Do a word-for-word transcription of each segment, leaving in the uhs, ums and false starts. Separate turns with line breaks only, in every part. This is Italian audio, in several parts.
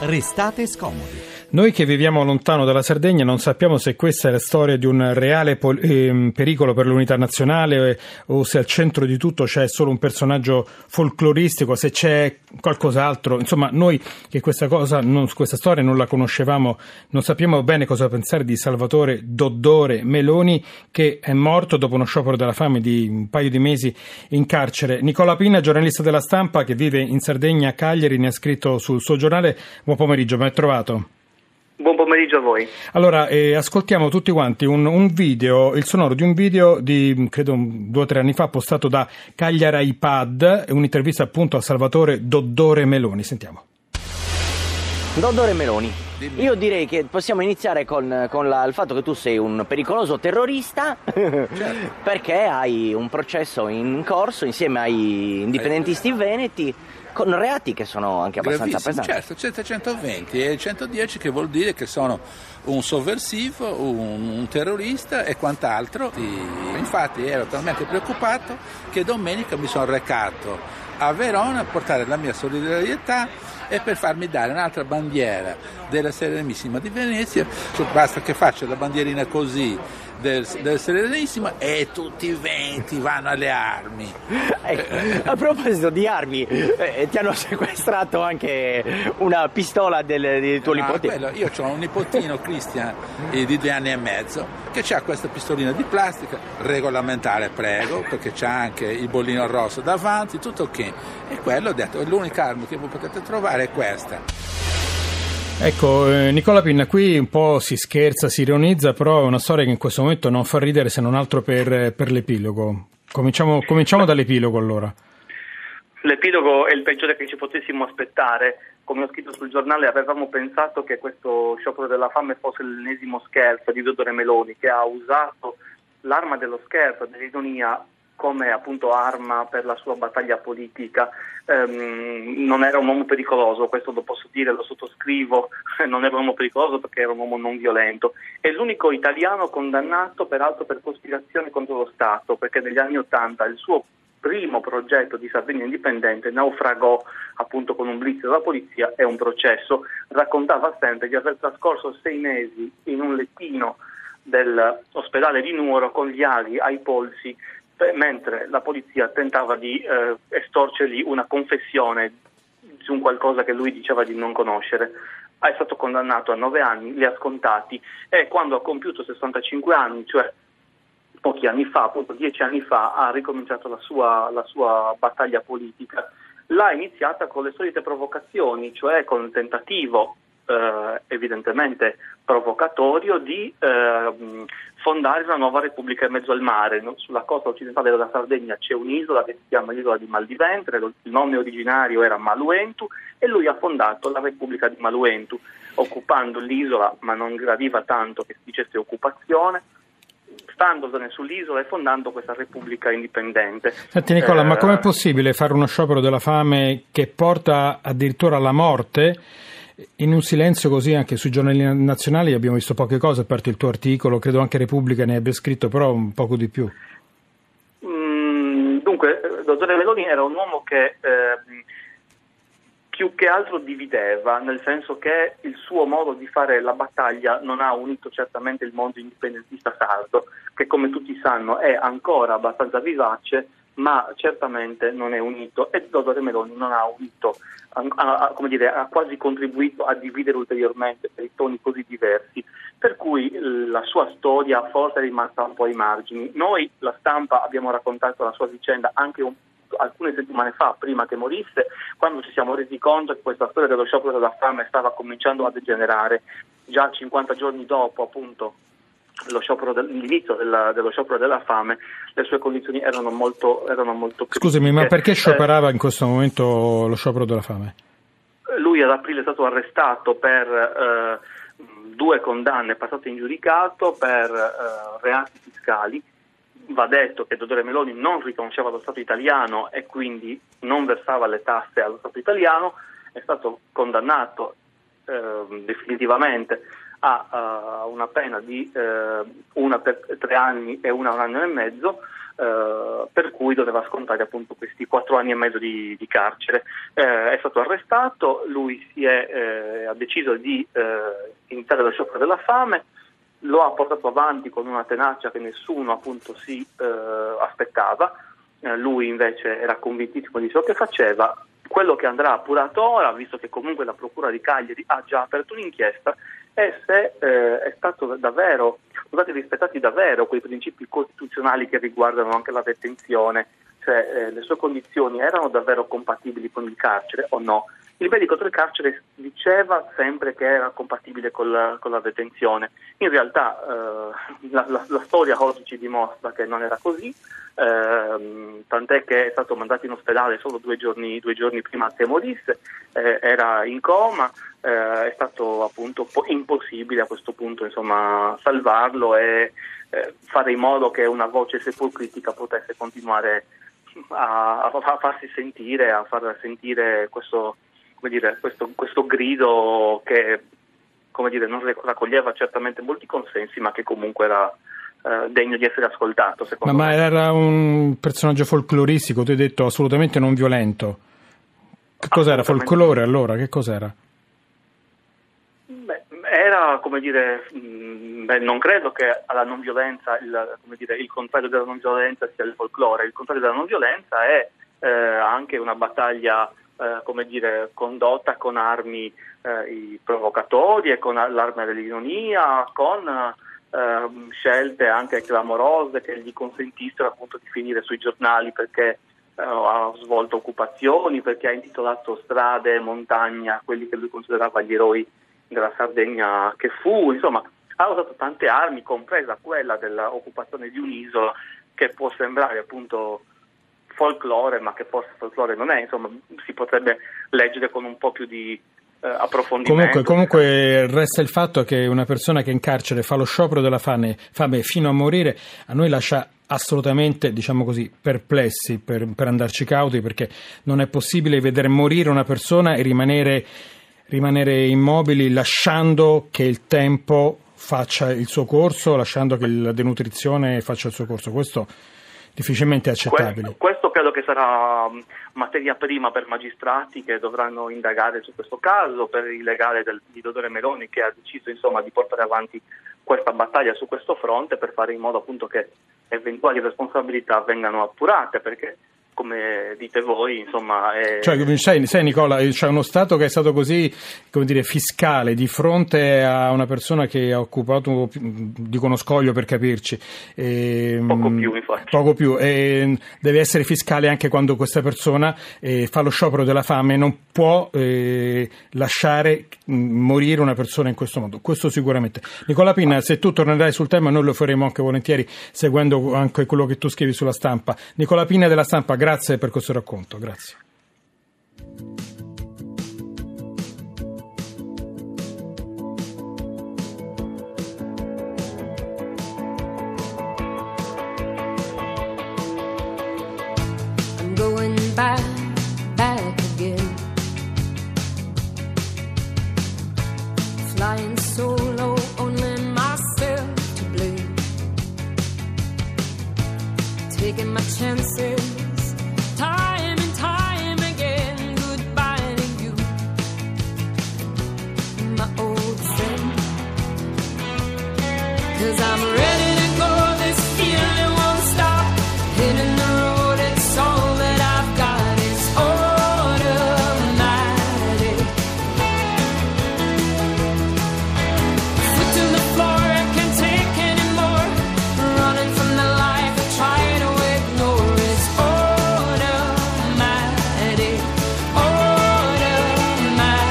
Restate scomodi.
Noi che viviamo lontano dalla Sardegna non sappiamo se questa è la storia di un reale pol- eh, pericolo per l'unità nazionale eh, o se al centro di tutto c'è solo un personaggio folcloristico, se c'è qualcos'altro. Insomma, noi che questa cosa, non, questa storia non la conoscevamo, non sappiamo bene cosa pensare di Salvatore Doddore Meloni, che è morto dopo uno sciopero della fame di un paio di mesi in carcere. Nicola Pinna, giornalista della Stampa che vive in Sardegna, a Cagliari, ne ha scritto sul suo giornale. Buon pomeriggio, ben trovato.
Buon pomeriggio a voi.
Allora, eh, ascoltiamo tutti quanti un, un video, il sonoro di un video di, credo, due o tre anni fa, postato da Cagliari iPad, un'intervista appunto a Salvatore Doddore Meloni. Sentiamo.
Doddore Meloni, io direi che possiamo iniziare con, con la, il fatto che tu sei un pericoloso terrorista, certo. Perché hai un processo in corso insieme ai indipendentisti veneti, con reati che sono anche abbastanza pesanti.
Certo, settecentoventi e centodieci, che vuol dire che sono un sovversivo, un, un terrorista e quant'altro. Infatti ero talmente preoccupato che domenica mi sono recato a Verona a portare la mia solidarietà e per farmi dare un'altra bandiera della Serenissima di Venezia. Cioè, basta che faccia la bandierina così del, del Serenissima e tutti i venti vanno alle armi.
Ecco, a proposito di armi, eh, ti hanno sequestrato anche una pistola del, di tuo
no,
nipote?
Quello, io ho un nipotino, Cristian, eh, di due anni e mezzo, che ha questa pistolina di plastica, regolamentare prego, perché c'ha anche il bollino rosso davanti, tutto ok. E quello ho detto, l'unica arma che voi potete trovare è questa.
Ecco, eh, Nicola Pinna, qui un po' si scherza, si ironizza, però è una storia che in questo momento non fa ridere se non altro per, per l'epilogo. Cominciamo, cominciamo dall'epilogo allora.
L'epilogo è il peggiore che ci potessimo aspettare. Come ho scritto sul giornale, avevamo pensato che questo sciopero della fame fosse l'ennesimo scherzo di Doddore Meloni, che ha usato l'arma dello scherzo, dell'ironia, come appunto arma per la sua battaglia politica. Um, non era un uomo pericoloso, questo lo posso dire, lo sottoscrivo, non era un uomo pericoloso perché era un uomo non violento. È l'unico italiano condannato peraltro per cospirazione contro lo Stato, perché negli anni Ottanta il suo primo progetto di Sardegna indipendente naufragò appunto con un blitz della polizia e un processo. Raccontava sempre di aver trascorso sei mesi in un lettino dell'ospedale di Nuoro con gli aghi ai polsi, mentre la polizia tentava di eh, estorcergli una confessione su un qualcosa che lui diceva di non conoscere. È stato condannato a nove anni, li ha scontati, e quando ha compiuto sessantacinque anni, cioè pochi anni fa, appunto dieci anni fa, ha ricominciato la sua, la sua battaglia politica. L'ha iniziata con le solite provocazioni, cioè con il tentativo eh, evidentemente provocatorio di eh, fondare una nuova repubblica in mezzo al mare. No? Sulla costa occidentale della Sardegna c'è un'isola che si chiama l'isola di Maldiventre, il nome originario era Maluentu, e lui ha fondato la repubblica di Maluentu, occupando l'isola, ma non gradiva tanto che si dicesse occupazione, standosene sull'isola e fondando questa repubblica indipendente.
Senti Nicola,
eh,
ma com'è possibile fare uno sciopero della fame che porta addirittura alla morte in un silenzio così? Anche sui giornali nazionali abbiamo visto poche cose, a parte il tuo articolo, credo anche Repubblica ne abbia scritto, però un poco di più.
Mm, dunque, Doddore Meloni era un uomo che eh, più che altro divideva, nel senso che il suo modo di fare la battaglia non ha unito certamente il mondo indipendentista sardo, che come tutti sanno è ancora abbastanza vivace, ma certamente non è unito, e Doddore Meloni non ha unito, ha, ha, come dire, ha quasi contribuito a dividere ulteriormente per i toni così diversi, per cui la sua storia forse è rimasta un po' ai margini. Noi, la Stampa, abbiamo raccontato la sua vicenda anche un alcune settimane fa, prima che morisse, quando ci siamo resi conto che questa storia dello sciopero della fame stava cominciando a degenerare. Già cinquanta giorni dopo, appunto, lo sciopero del, l'inizio della, dello sciopero della fame, le sue condizioni erano molto, erano molto critiche.
Scusami, ma perché scioperava eh, in questo momento lo sciopero della fame?
Lui ad aprile è stato arrestato per eh, due condanne passate in giudicato per eh, reati fiscali. Va detto che Doddore Meloni non riconosceva lo Stato italiano e quindi non versava le tasse allo Stato italiano. È stato condannato eh, definitivamente a uh, una pena di uh, una per tre anni e una un anno e mezzo, Uh, per cui doveva scontare appunto questi quattro anni e mezzo di, di carcere. Uh, è stato arrestato, lui si è, uh, ha deciso di uh, iniziare lo sciopero della fame, lo ha portato avanti con una tenacia che nessuno appunto si uh, aspettava. Uh, lui invece era convintissimo di ciò che faceva. Quello che andrà appurato ora, visto che comunque la Procura di Cagliari ha già aperto un'inchiesta, è se eh, è stato davvero, sono stati rispettati davvero quei principi costituzionali che riguardano anche la detenzione, cioè eh, le sue condizioni erano davvero compatibili con il carcere o no. Il medico del carcere diceva sempre che era compatibile con la, con la detenzione. In realtà eh, la, la, la storia oggi ci dimostra che non era così, eh, tant'è che è stato mandato in ospedale solo due giorni, due giorni prima che morisse, eh, era in coma, eh, è stato appunto po- impossibile a questo punto insomma salvarlo e eh, fare in modo che una voce seppur critica potesse continuare a, a farsi sentire, a far sentire questo come dire, questo, questo grido che come dire, non raccoglieva certamente molti consensi, ma che comunque era eh, degno di essere ascoltato. Secondo
ma,
me.
ma era un personaggio folcloristico, tu hai detto assolutamente non violento. Che cos'era? Folklore allora? Che cos'era?
Beh, era come dire, mh, beh, non credo che alla non violenza il, come dire, il contrario della non violenza sia il folklore. Il contrario della non violenza è eh, anche una battaglia Eh, come dire, condotta con armi eh, i provocatori e con l'arma dell'ironia, con eh, scelte anche clamorose che gli consentissero appunto di finire sui giornali perché eh, ha svolto occupazioni, perché ha intitolato strade e montagne a quelli che lui considerava gli eroi della Sardegna che fu, insomma ha usato tante armi, compresa quella dell'occupazione di un'isola, che può sembrare appunto folklore, ma che forse folklore non è, insomma si potrebbe leggere con un po' più di eh, approfondimento.
Comunque, comunque resta il fatto che una persona che in carcere fa lo sciopero della fame, fame fino a morire, a noi lascia assolutamente, diciamo così, perplessi per, per andarci cauti, perché non è possibile vedere morire una persona e rimanere, rimanere immobili lasciando che il tempo faccia il suo corso, lasciando che la denutrizione faccia il suo corso. Questo difficilmente è accettabile.
Questo, questo credo che sarà materia prima per magistrati che dovranno indagare su questo caso, per il legale del, di Dodore Meloni, che ha deciso insomma di portare avanti questa battaglia su questo fronte per fare in modo appunto che eventuali responsabilità vengano appurate, perché come dite voi, insomma... È...
Cioè, sai, sai Nicola, c'è uno Stato che è stato così, come dire, fiscale di fronte a una persona che ha occupato, dico uno scoglio per capirci. E,
poco più, infatti.
Poco più. E deve essere fiscale anche quando questa persona eh, fa lo sciopero della fame, non può eh, lasciare morire una persona in questo modo. Questo sicuramente. Nicola Pinna, se tu tornerai sul tema, noi lo faremo anche volentieri, seguendo anche quello che tu scrivi sulla Stampa. Nicola Pinna della Stampa, grazie per questo racconto, grazie.
I'm going back, back again, flying solo, only myself to blame, taking my chances. Time and time again, goodbye to you, my old friend. 'Cause I'm ready to go, this feeling won't stop. Hitting the road, it's all that I've got is automatic. Foot to the floor, I can't take anymore. Running from the life I try to ignore. It's automatic,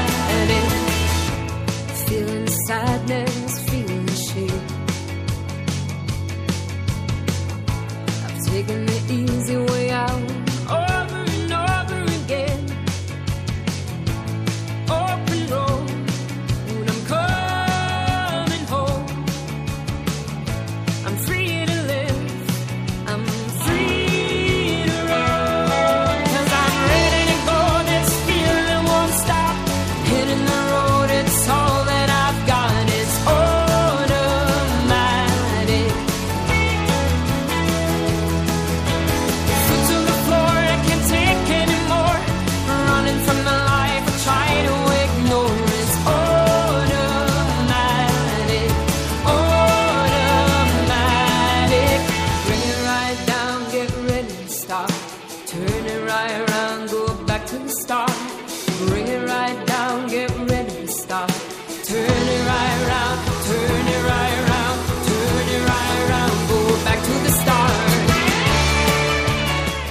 automatic. Feeling sadness, feeling shame.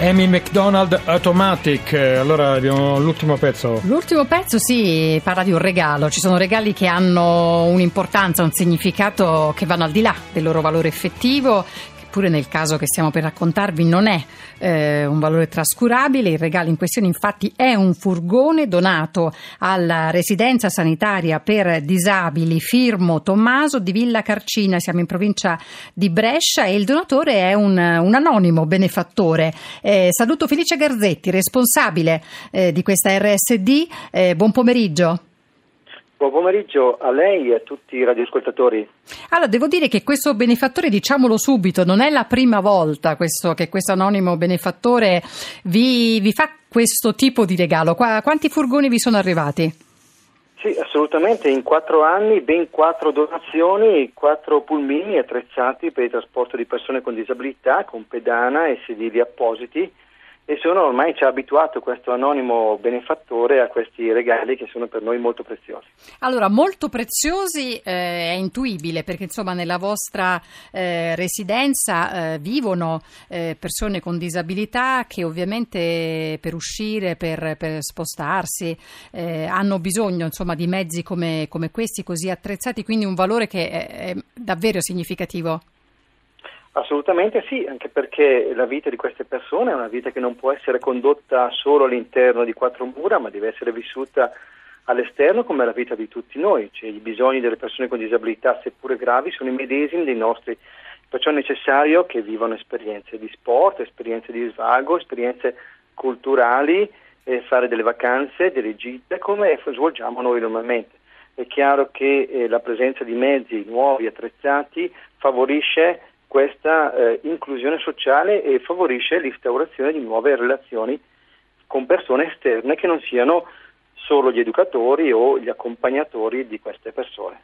Amy Macdonald, Automatic. Allora abbiamo l'ultimo pezzo.
L'ultimo pezzo sì, parla di un regalo. Ci sono regali che hanno un'importanza, un significato che vanno al di là del loro valore effettivo, che pure nel caso che stiamo per raccontarvi non è eh, un valore trascurabile. Il regalo in questione infatti è un furgone donato alla residenza sanitaria per disabili Firmo Tommaso di Villa Carcina. Siamo in provincia di Brescia e il donatore è un, un anonimo benefattore. Eh, saluto Felice Garzetti, responsabile eh, di questa R S D. Eh, buon pomeriggio.
Buon pomeriggio a lei e a tutti i radioascoltatori.
Allora, devo dire che questo benefattore, diciamolo subito, non è la prima volta questo, che questo anonimo benefattore vi, vi fa questo tipo di regalo. Qua, quanti furgoni vi sono arrivati?
Sì, assolutamente. In quattro anni ben quattro donazioni, quattro pulmini attrezzati per il trasporto di persone con disabilità, con pedana e sedili appositi. E sono ormai ci ha abituato questo anonimo benefattore a questi regali che sono per noi molto preziosi.
Allora, molto preziosi eh, è intuibile, perché insomma nella vostra eh, residenza eh, vivono eh, persone con disabilità che ovviamente per uscire, per, per spostarsi eh, hanno bisogno insomma di mezzi come, come questi, così attrezzati, quindi un valore che è, è davvero significativo.
Assolutamente sì, anche perché la vita di queste persone è una vita che non può essere condotta solo all'interno di quattro mura, ma deve essere vissuta all'esterno come la vita di tutti noi. Cioè, i bisogni delle persone con disabilità, seppure gravi, sono i medesimi dei nostri, perciò è necessario che vivano esperienze di sport, esperienze di svago, esperienze culturali, eh, fare delle vacanze, delle gite come svolgiamo noi normalmente. È chiaro che eh, la presenza di mezzi nuovi, attrezzati, favorisce questa eh, inclusione sociale e favorisce l'instaurazione di nuove relazioni con persone esterne che non siano solo gli educatori o gli accompagnatori di queste persone.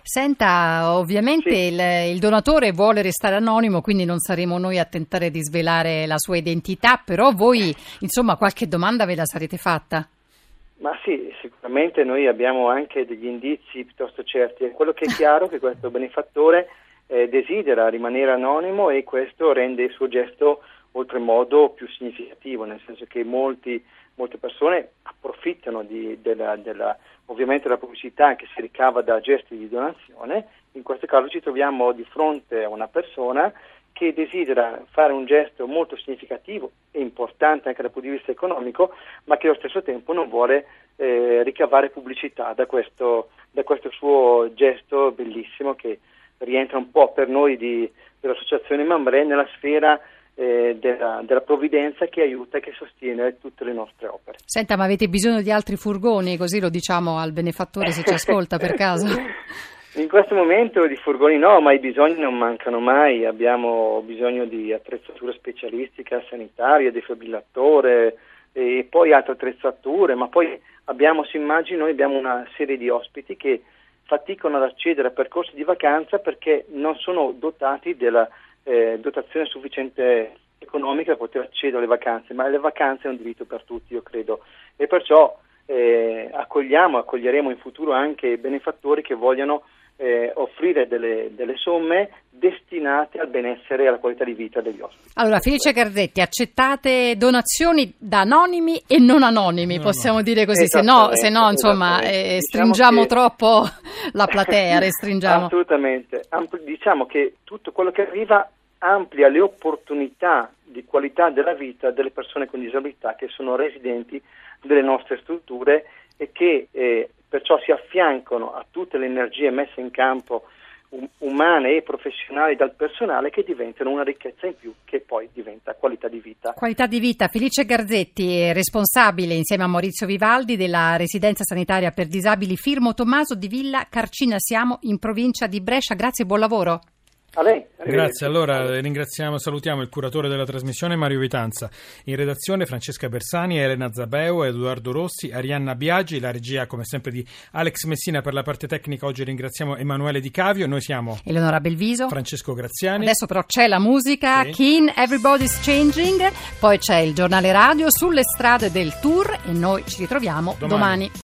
Senta, ovviamente sì. il, il donatore vuole restare anonimo, quindi non saremo noi a tentare di svelare la sua identità, però voi insomma qualche domanda ve la sarete fatta?
Ma sì, sicuramente noi abbiamo anche degli indizi piuttosto certi. Quello che è chiaro è che questo benefattore Eh, desidera rimanere anonimo e questo rende il suo gesto oltremodo più significativo, nel senso che molti, molte persone approfittano di, della, della, ovviamente della pubblicità che si ricava da gesti di donazione. In questo caso ci troviamo di fronte a una persona che desidera fare un gesto molto significativo e importante anche dal punto di vista economico, ma che allo stesso tempo non vuole eh, ricavare pubblicità da questo, da questo suo gesto bellissimo che rientra un po' per noi di, dell'associazione Mambré nella sfera eh, della, della provvidenza che aiuta e che sostiene tutte le nostre opere.
Senta, ma avete bisogno di altri furgoni? Così lo diciamo al benefattore se ci ascolta per caso.
In questo momento di furgoni no, ma i bisogni non mancano mai. Abbiamo bisogno di attrezzatura specialistica sanitaria, defibrillatore e poi altre attrezzature, ma poi abbiamo, si immagini, noi abbiamo una serie di ospiti che faticano ad accedere a percorsi di vacanza perché non sono dotati della eh, dotazione sufficiente economica per poter accedere alle vacanze, ma le vacanze è un diritto per tutti, io credo, e perciò eh, accogliamo, accoglieremo in futuro anche benefattori che vogliano eh, offrire delle, delle somme destinate al benessere e alla qualità di vita degli ospiti.
Allora, Felice Garzetti, accettate donazioni da anonimi e non anonimi, no, possiamo no. dire così, se no, se no insomma eh, stringiamo diciamo che... troppo la platea, restringiamo.
Assolutamente, Ampl- diciamo che tutto quello che arriva amplia le opportunità di qualità della vita delle persone con disabilità che sono residenti delle nostre strutture e che eh, perciò si affiancano a tutte le energie messe in campo um, umane e professionali dal personale, che diventano una ricchezza in più che poi diventa qualità di vita.
Qualità di vita. Felice Garzetti, responsabile insieme a Maurizio Vivaldi della residenza sanitaria per disabili Firmo Tommaso di Villa Carcina. Siamo in provincia di Brescia. Grazie e buon lavoro.
A lei.
Grazie, allora ringraziamo, salutiamo il curatore della trasmissione Mario Vitanza, in redazione Francesca Bersani, Elena Zabeo, Edoardo Rossi, Arianna Biagi, la regia come sempre di Alex Messina. Per la parte tecnica oggi ringraziamo Emanuele Di Cavio, noi siamo
Eleonora Belviso,
Francesco Graziani.
Adesso però c'è la musica, sì. Keen, Everybody's Changing, poi c'è il giornale radio sulle strade del tour e noi ci ritroviamo domani. domani.